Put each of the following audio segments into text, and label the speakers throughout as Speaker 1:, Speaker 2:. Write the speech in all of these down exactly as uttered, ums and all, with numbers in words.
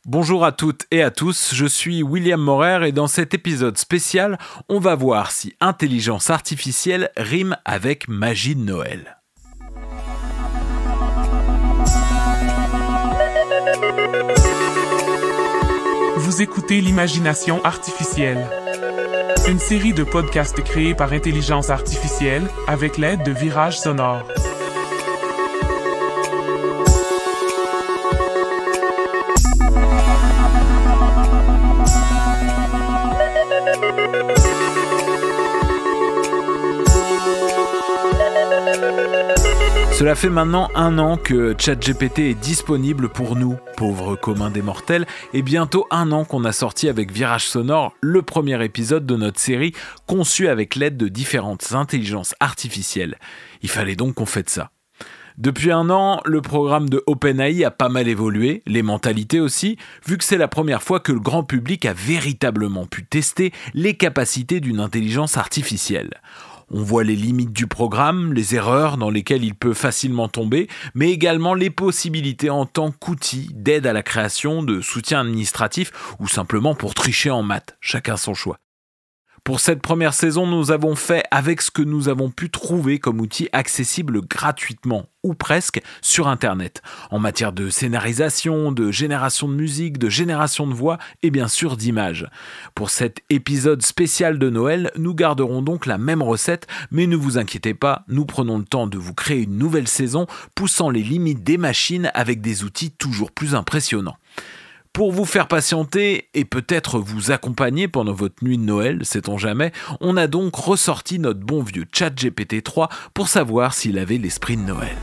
Speaker 1: Bonjour à toutes et à tous, je suis William Morer et dans cet épisode spécial, on va voir si intelligence artificielle rime avec magie de Noël.
Speaker 2: Vous écoutez l'Imagination artificielle, une série de podcasts créés par intelligence artificielle avec l'aide de Virage Sonore.
Speaker 1: Cela fait maintenant un an que ChatGPT est disponible pour nous, pauvres communs des mortels, et bientôt un an qu'on a sorti avec Virage Sonore le premier épisode de notre série conçue avec l'aide de différentes intelligences artificielles. Il fallait donc qu'on fasse ça. Depuis un an, le programme de OpenAI a pas mal évolué, les mentalités aussi, vu que c'est la première fois que le grand public a véritablement pu tester les capacités d'une intelligence artificielle. On voit les limites du programme, les erreurs dans lesquelles il peut facilement tomber, mais également les possibilités en tant qu'outil d'aide à la création, de soutien administratif ou simplement pour tricher en maths, chacun son choix. Pour cette première saison, nous avons fait avec ce que nous avons pu trouver comme outil accessible gratuitement, ou presque, sur Internet, en matière de scénarisation, de génération de musique, de génération de voix et bien sûr d'images. Pour cet épisode spécial de Noël, nous garderons donc la même recette, mais ne vous inquiétez pas, nous prenons le temps de vous créer une nouvelle saison, poussant les limites des machines avec des outils toujours plus impressionnants. Pour vous faire patienter et peut-être vous accompagner pendant votre nuit de Noël, sait-on jamais, on a donc ressorti notre bon vieux ChatGPT trois pour savoir s'il avait l'esprit de Noël.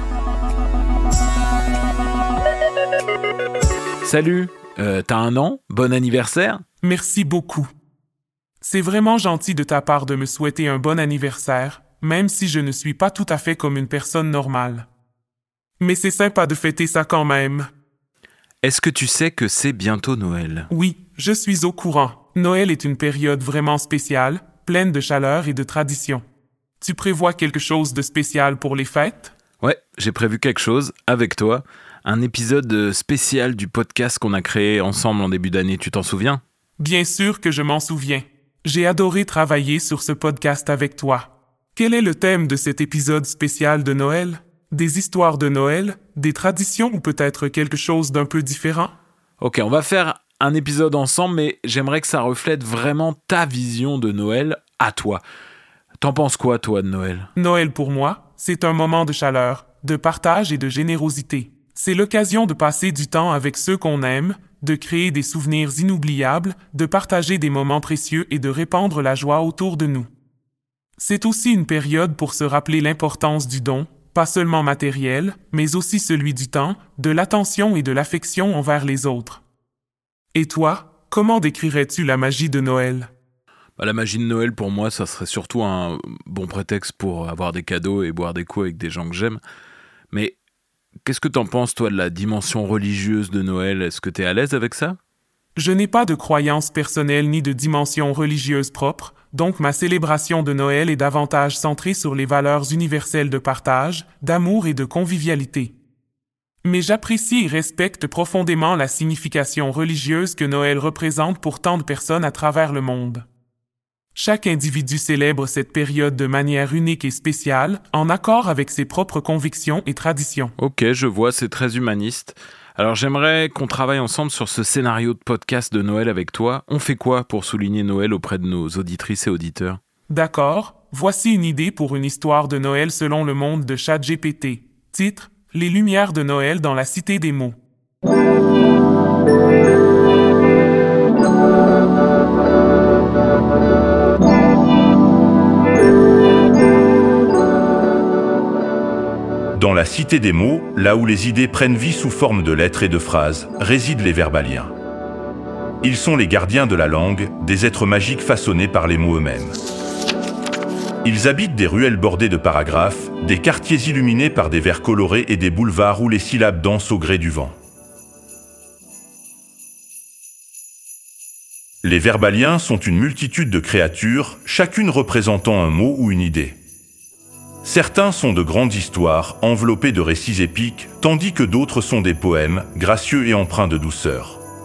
Speaker 1: Salut, euh, t'as un an? Bon anniversaire?
Speaker 2: Merci beaucoup. C'est vraiment gentil de ta part de me souhaiter un bon anniversaire, même si je ne suis pas tout à fait comme une personne normale. Mais c'est sympa de fêter ça quand même.
Speaker 1: Est-ce que tu sais que c'est bientôt Noël?
Speaker 2: Oui, je suis au courant. Noël est une période vraiment spéciale, pleine de chaleur et de tradition. Tu prévois quelque chose de spécial pour les fêtes?
Speaker 1: Ouais, j'ai prévu quelque chose, avec toi. Un épisode spécial du podcast qu'on a créé ensemble en début d'année, tu t'en souviens?
Speaker 2: Bien sûr que je m'en souviens. J'ai adoré travailler sur ce podcast avec toi. Quel est le thème de cet épisode spécial de Noël? Des histoires de Noël, des traditions ou peut-être quelque chose d'un peu différent?
Speaker 1: Ok, on va faire un épisode ensemble, mais j'aimerais que ça reflète vraiment ta vision de Noël à toi. T'en penses quoi, toi, de Noël?
Speaker 2: Noël, pour moi, c'est un moment de chaleur, de partage et de générosité. C'est l'occasion de passer du temps avec ceux qu'on aime, de créer des souvenirs inoubliables, de partager des moments précieux et de répandre la joie autour de nous. C'est aussi une période pour se rappeler l'importance du don, pas seulement matériel, mais aussi celui du temps, de l'attention et de l'affection envers les autres. Et toi, comment décrirais-tu la magie de Noël?
Speaker 1: Bah, la magie de Noël, pour moi, ça serait surtout un bon prétexte pour avoir des cadeaux et boire des coups avec des gens que j'aime. Mais qu'est-ce que t'en penses, toi, de la dimension religieuse de Noël? Est-ce que t'es à l'aise avec ça?
Speaker 2: Je n'ai pas de croyance personnelle ni de dimension religieuse propre, donc ma célébration de Noël est davantage centrée sur les valeurs universelles de partage, d'amour et de convivialité. Mais j'apprécie et respecte profondément la signification religieuse que Noël représente pour tant de personnes à travers le monde. Chaque individu célèbre cette période de manière unique et spéciale, en accord avec ses propres convictions et traditions.
Speaker 1: Ok, je vois, c'est très humaniste. Alors j'aimerais qu'on travaille ensemble sur ce scénario de podcast de Noël avec toi. On fait quoi pour souligner Noël auprès de nos auditrices et auditeurs?
Speaker 2: D'accord, voici une idée pour une histoire de Noël selon le monde de ChatGPT. Titre: Les Lumières de Noël dans la Cité des mots.
Speaker 3: Dans la cité des mots, là où les idées prennent vie sous forme de lettres et de phrases, résident les verbaliens. Ils sont les gardiens de la langue, des êtres magiques façonnés par les mots eux-mêmes. Ils habitent des ruelles bordées de paragraphes, des quartiers illuminés par des vers colorés et des boulevards où les syllabes dansent au gré du vent. Les verbaliens sont une multitude de créatures, chacune représentant un mot ou une idée. Certains sont de grandes histoires, enveloppées de récits épiques, tandis que d'autres sont des poèmes, gracieux et empreints de douceur.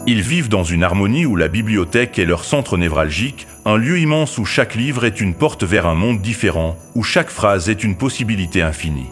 Speaker 3: Ils vivent dans une harmonie où la bibliothèque est leur centre névralgique, un lieu immense où chaque livre est une porte vers un monde différent, où chaque phrase est une possibilité infinie.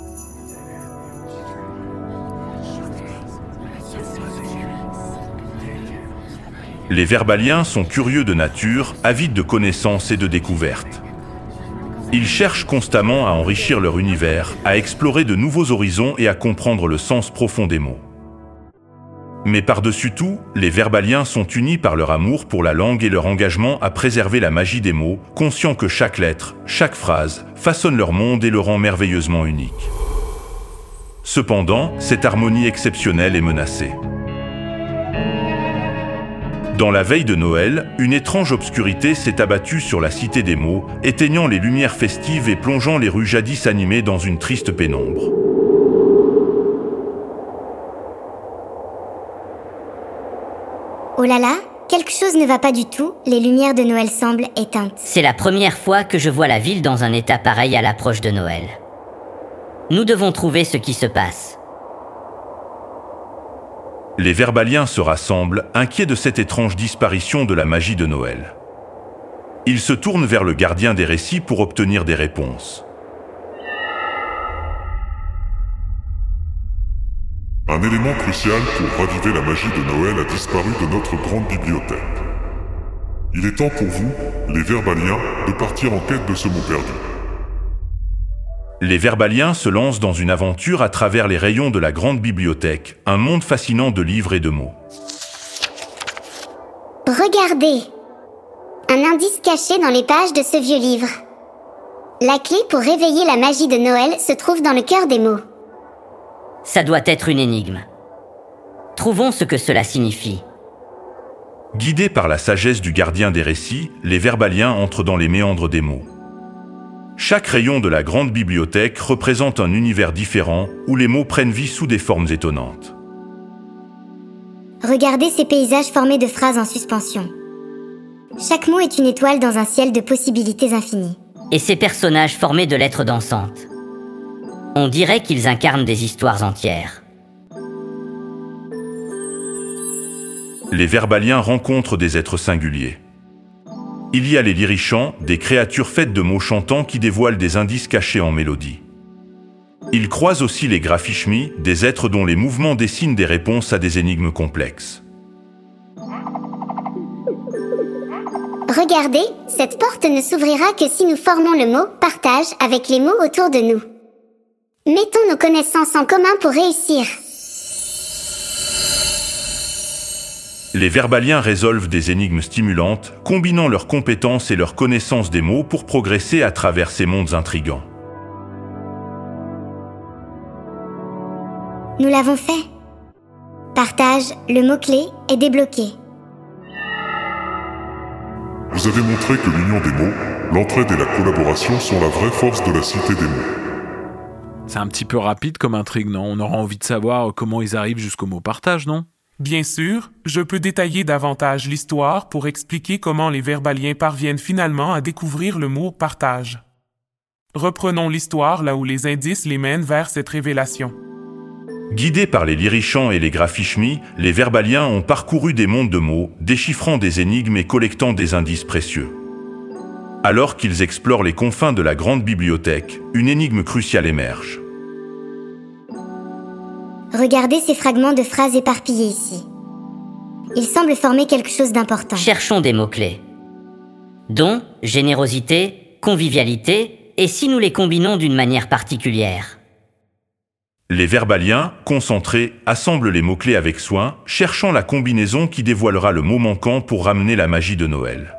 Speaker 3: Les verbaliens sont curieux de nature, avides de connaissances et de découvertes. Ils cherchent constamment à enrichir leur univers, à explorer de nouveaux horizons et à comprendre le sens profond des mots. Mais par-dessus tout, les verbaliens sont unis par leur amour pour la langue et leur engagement à préserver la magie des mots, conscients que chaque lettre, chaque phrase, façonne leur monde et le rend merveilleusement unique. Cependant, cette harmonie exceptionnelle est menacée. Dans la veille de Noël, une étrange obscurité s'est abattue sur la cité des mots, éteignant les lumières festives et plongeant les rues jadis animées dans une triste pénombre.
Speaker 4: Oh là là, quelque chose ne va pas du tout, les lumières de Noël semblent éteintes.
Speaker 5: C'est la première fois que je vois la ville dans un état pareil à l'approche de Noël. Nous devons trouver ce qui se passe.
Speaker 3: Les verbaliens se rassemblent, inquiets de cette étrange disparition de la magie de Noël. Ils se tournent vers le gardien des récits pour obtenir des réponses.
Speaker 6: Un élément crucial pour raviver la magie de Noël a disparu de notre grande bibliothèque. Il est temps pour vous, les verbaliens, de partir en quête de ce mot perdu.
Speaker 3: Les verbaliens se lancent dans une aventure à travers les rayons de la grande bibliothèque, un monde fascinant de livres et de mots.
Speaker 4: Regardez! Un indice caché dans les pages de ce vieux livre. La clé pour réveiller la magie de Noël se trouve dans le cœur des mots.
Speaker 5: Ça doit être une énigme. Trouvons ce que cela signifie.
Speaker 3: Guidés par la sagesse du gardien des récits, les verbaliens entrent dans les méandres des mots. Chaque rayon de la grande bibliothèque représente un univers différent où les mots prennent vie sous des formes étonnantes.
Speaker 4: Regardez ces paysages formés de phrases en suspension. Chaque mot est une étoile dans un ciel de possibilités infinies.
Speaker 5: Et ces personnages formés de lettres dansantes. On dirait qu'ils incarnent des histoires entières.
Speaker 3: Les verbaliens rencontrent des êtres singuliers. Il y a les lyrichants, des créatures faites de mots chantants qui dévoilent des indices cachés en mélodie. Ils croisent aussi les graphishmi, des êtres dont les mouvements dessinent des réponses à des énigmes complexes.
Speaker 4: Regardez, cette porte ne s'ouvrira que si nous formons le mot « partage » avec les mots autour de nous. Mettons nos connaissances en commun pour réussir.
Speaker 3: Les verbaliens résolvent des énigmes stimulantes, combinant leurs compétences et leur connaissance des mots pour progresser à travers ces mondes intrigants.
Speaker 4: Nous l'avons fait. Partage, le mot-clé, est débloqué.
Speaker 6: Vous avez montré que l'union des mots, l'entraide et la collaboration sont la vraie force de la cité des mots.
Speaker 1: C'est un petit peu rapide comme intrigue, non? On aura envie de savoir comment ils arrivent jusqu'au mot partage, non?
Speaker 2: Bien sûr, je peux détailler davantage l'histoire pour expliquer comment les verbaliens parviennent finalement à découvrir le mot « partage ». Reprenons l'histoire là où les indices les mènent vers cette révélation.
Speaker 3: Guidés par les lyrichants et les graphishmi, les verbaliens ont parcouru des mondes de mots, déchiffrant des énigmes et collectant des indices précieux. Alors qu'ils explorent les confins de la grande bibliothèque, une énigme cruciale émerge.
Speaker 4: Regardez ces fragments de phrases éparpillés ici. Ils semblent former quelque chose d'important.
Speaker 5: Cherchons des mots-clés. Don, générosité, convivialité, et si nous les combinons d'une manière particulière?
Speaker 3: Les verbaliens, concentrés, assemblent les mots-clés avec soin, cherchant la combinaison qui dévoilera le mot manquant pour ramener la magie de Noël.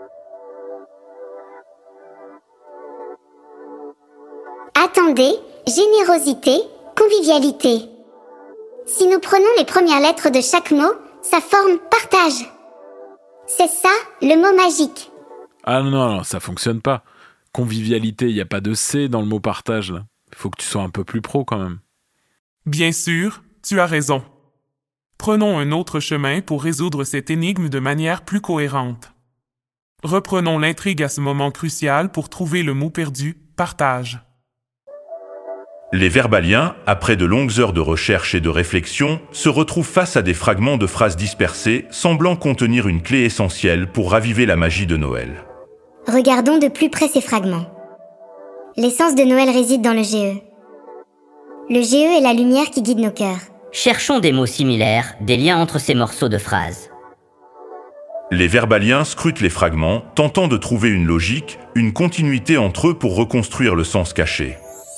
Speaker 4: Attendez, générosité, convivialité. Si nous prenons les premières lettres de chaque mot, ça forme partage. C'est ça, le mot magique.
Speaker 1: Ah non, non, ça fonctionne pas. Convivialité, il n'y a pas de C dans le mot partage, là. Il faut que tu sois un peu plus pro, quand même.
Speaker 2: Bien sûr, tu as raison. Prenons un autre chemin pour résoudre cette énigme de manière plus cohérente. Reprenons l'intrigue à ce moment crucial pour trouver le mot perdu, partage.
Speaker 3: Les verbaliens, après de longues heures de recherche et de réflexion, se retrouvent face à des fragments de phrases dispersées, semblant contenir une clé essentielle pour raviver la magie de Noël.
Speaker 4: Regardons de plus près ces fragments. L'essence de Noël réside dans le G E. Le G E est la lumière qui guide nos cœurs.
Speaker 5: Cherchons des mots similaires, des liens entre ces morceaux de phrases.
Speaker 3: Les verbaliens scrutent les fragments, tentant de trouver une logique, une continuité entre eux pour reconstruire le sens caché.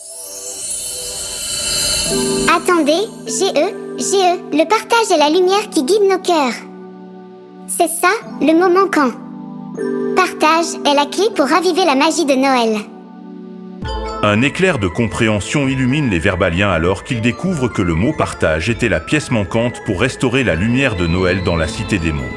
Speaker 4: Attendez, G E, G E, le partage est la lumière qui guide nos cœurs. C'est ça, le mot manquant. Partage est la clé pour raviver la magie de Noël.
Speaker 3: Un éclair de compréhension illumine les verbaliens alors qu'ils découvrent que le mot partage était la pièce manquante pour restaurer la lumière de Noël dans la cité des mots.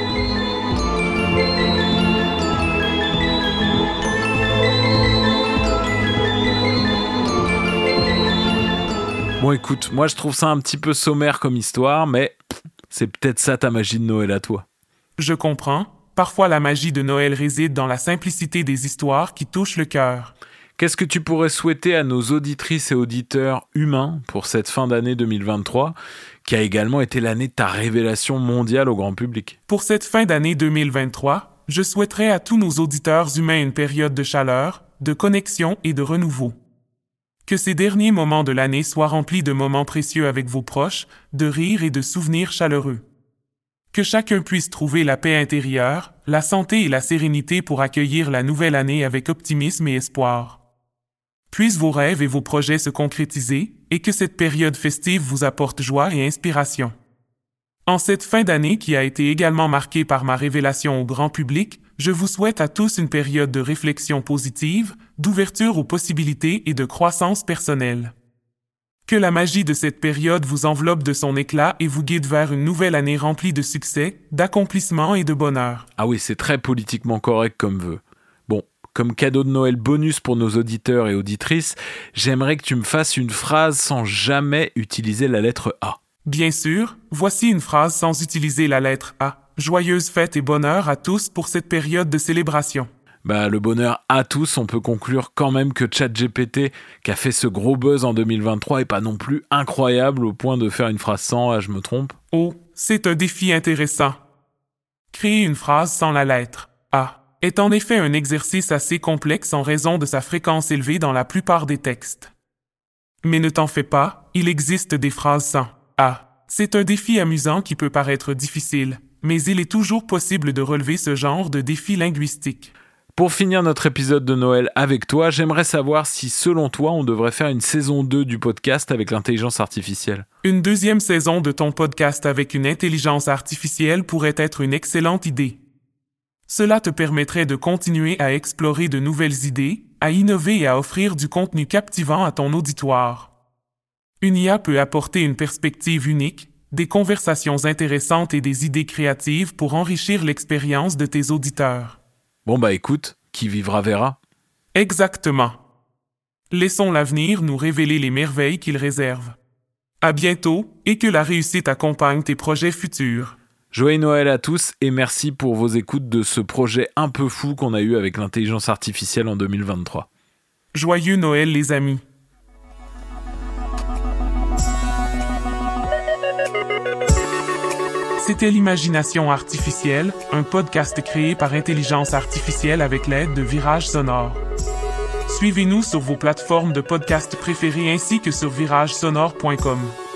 Speaker 1: Bon écoute, moi je trouve ça un petit peu sommaire comme histoire, mais c'est peut-être ça ta magie de Noël à toi.
Speaker 2: Je comprends. Parfois la magie de Noël réside dans la simplicité des histoires qui touchent le cœur.
Speaker 1: Qu'est-ce que tu pourrais souhaiter à nos auditrices et auditeurs humains pour cette fin d'année deux mille vingt-trois, qui a également été l'année de ta révélation mondiale au grand public?
Speaker 2: Pour cette fin d'année deux mille vingt-trois, je souhaiterais à tous nos auditeurs humains une période de chaleur, de connexion et de renouveau. Que ces derniers moments de l'année soient remplis de moments précieux avec vos proches, de rires et de souvenirs chaleureux. Que chacun puisse trouver la paix intérieure, la santé et la sérénité pour accueillir la nouvelle année avec optimisme et espoir. Puissent vos rêves et vos projets se concrétiser et que cette période festive vous apporte joie et inspiration. En cette fin d'année qui a été également marquée par ma révélation au grand public, je vous souhaite à tous une période de réflexion positive, d'ouverture aux possibilités et de croissance personnelle. Que la magie de cette période vous enveloppe de son éclat et vous guide vers une nouvelle année remplie de succès, d'accomplissements et de bonheur.
Speaker 1: Ah oui, c'est très politiquement correct comme vœu. Bon, comme cadeau de Noël bonus pour nos auditeurs et auditrices, j'aimerais que tu me fasses une phrase sans jamais utiliser la lettre A.
Speaker 2: Bien sûr, voici une phrase sans utiliser la lettre A. Joyeuses fêtes et bonheur à tous pour cette période de célébration.
Speaker 1: Bah, le bonheur à tous, on peut conclure quand même que ChatGPT, qui a fait ce gros buzz en deux mille vingt-trois, est pas non plus incroyable au point de faire une phrase sans A, je me trompe?
Speaker 2: Oh, c'est un défi intéressant. Créer une phrase sans la lettre A est en effet un exercice assez complexe en raison de sa fréquence élevée dans la plupart des textes. Mais ne t'en fais pas, il existe des phrases sans A. C'est un défi amusant qui peut paraître difficile, mais il est toujours possible de relever ce genre de défi linguistique.
Speaker 1: Pour finir notre épisode de Noël avec toi, j'aimerais savoir si, selon toi, on devrait faire une saison deux du podcast avec l'intelligence artificielle.
Speaker 2: Une deuxième saison de ton podcast avec une intelligence artificielle pourrait être une excellente idée. Cela te permettrait de continuer à explorer de nouvelles idées, à innover et à offrir du contenu captivant à ton auditoire. Une I A peut apporter une perspective unique, des conversations intéressantes et des idées créatives pour enrichir l'expérience de tes auditeurs.
Speaker 1: Bon bah écoute, qui vivra verra.
Speaker 2: Exactement. Laissons l'avenir nous révéler les merveilles qu'il réserve. À bientôt et que la réussite accompagne tes projets futurs.
Speaker 1: Joyeux Noël à tous et merci pour vos écoutes de ce projet un peu fou qu'on a eu avec l'intelligence artificielle en deux mille vingt-trois.
Speaker 2: Joyeux Noël les amis. C'était l'Imagination artificielle, un podcast créé par intelligence artificielle avec l'aide de Virage Sonore. Suivez-nous sur vos plateformes de podcast préférées ainsi que sur virage sonore point com.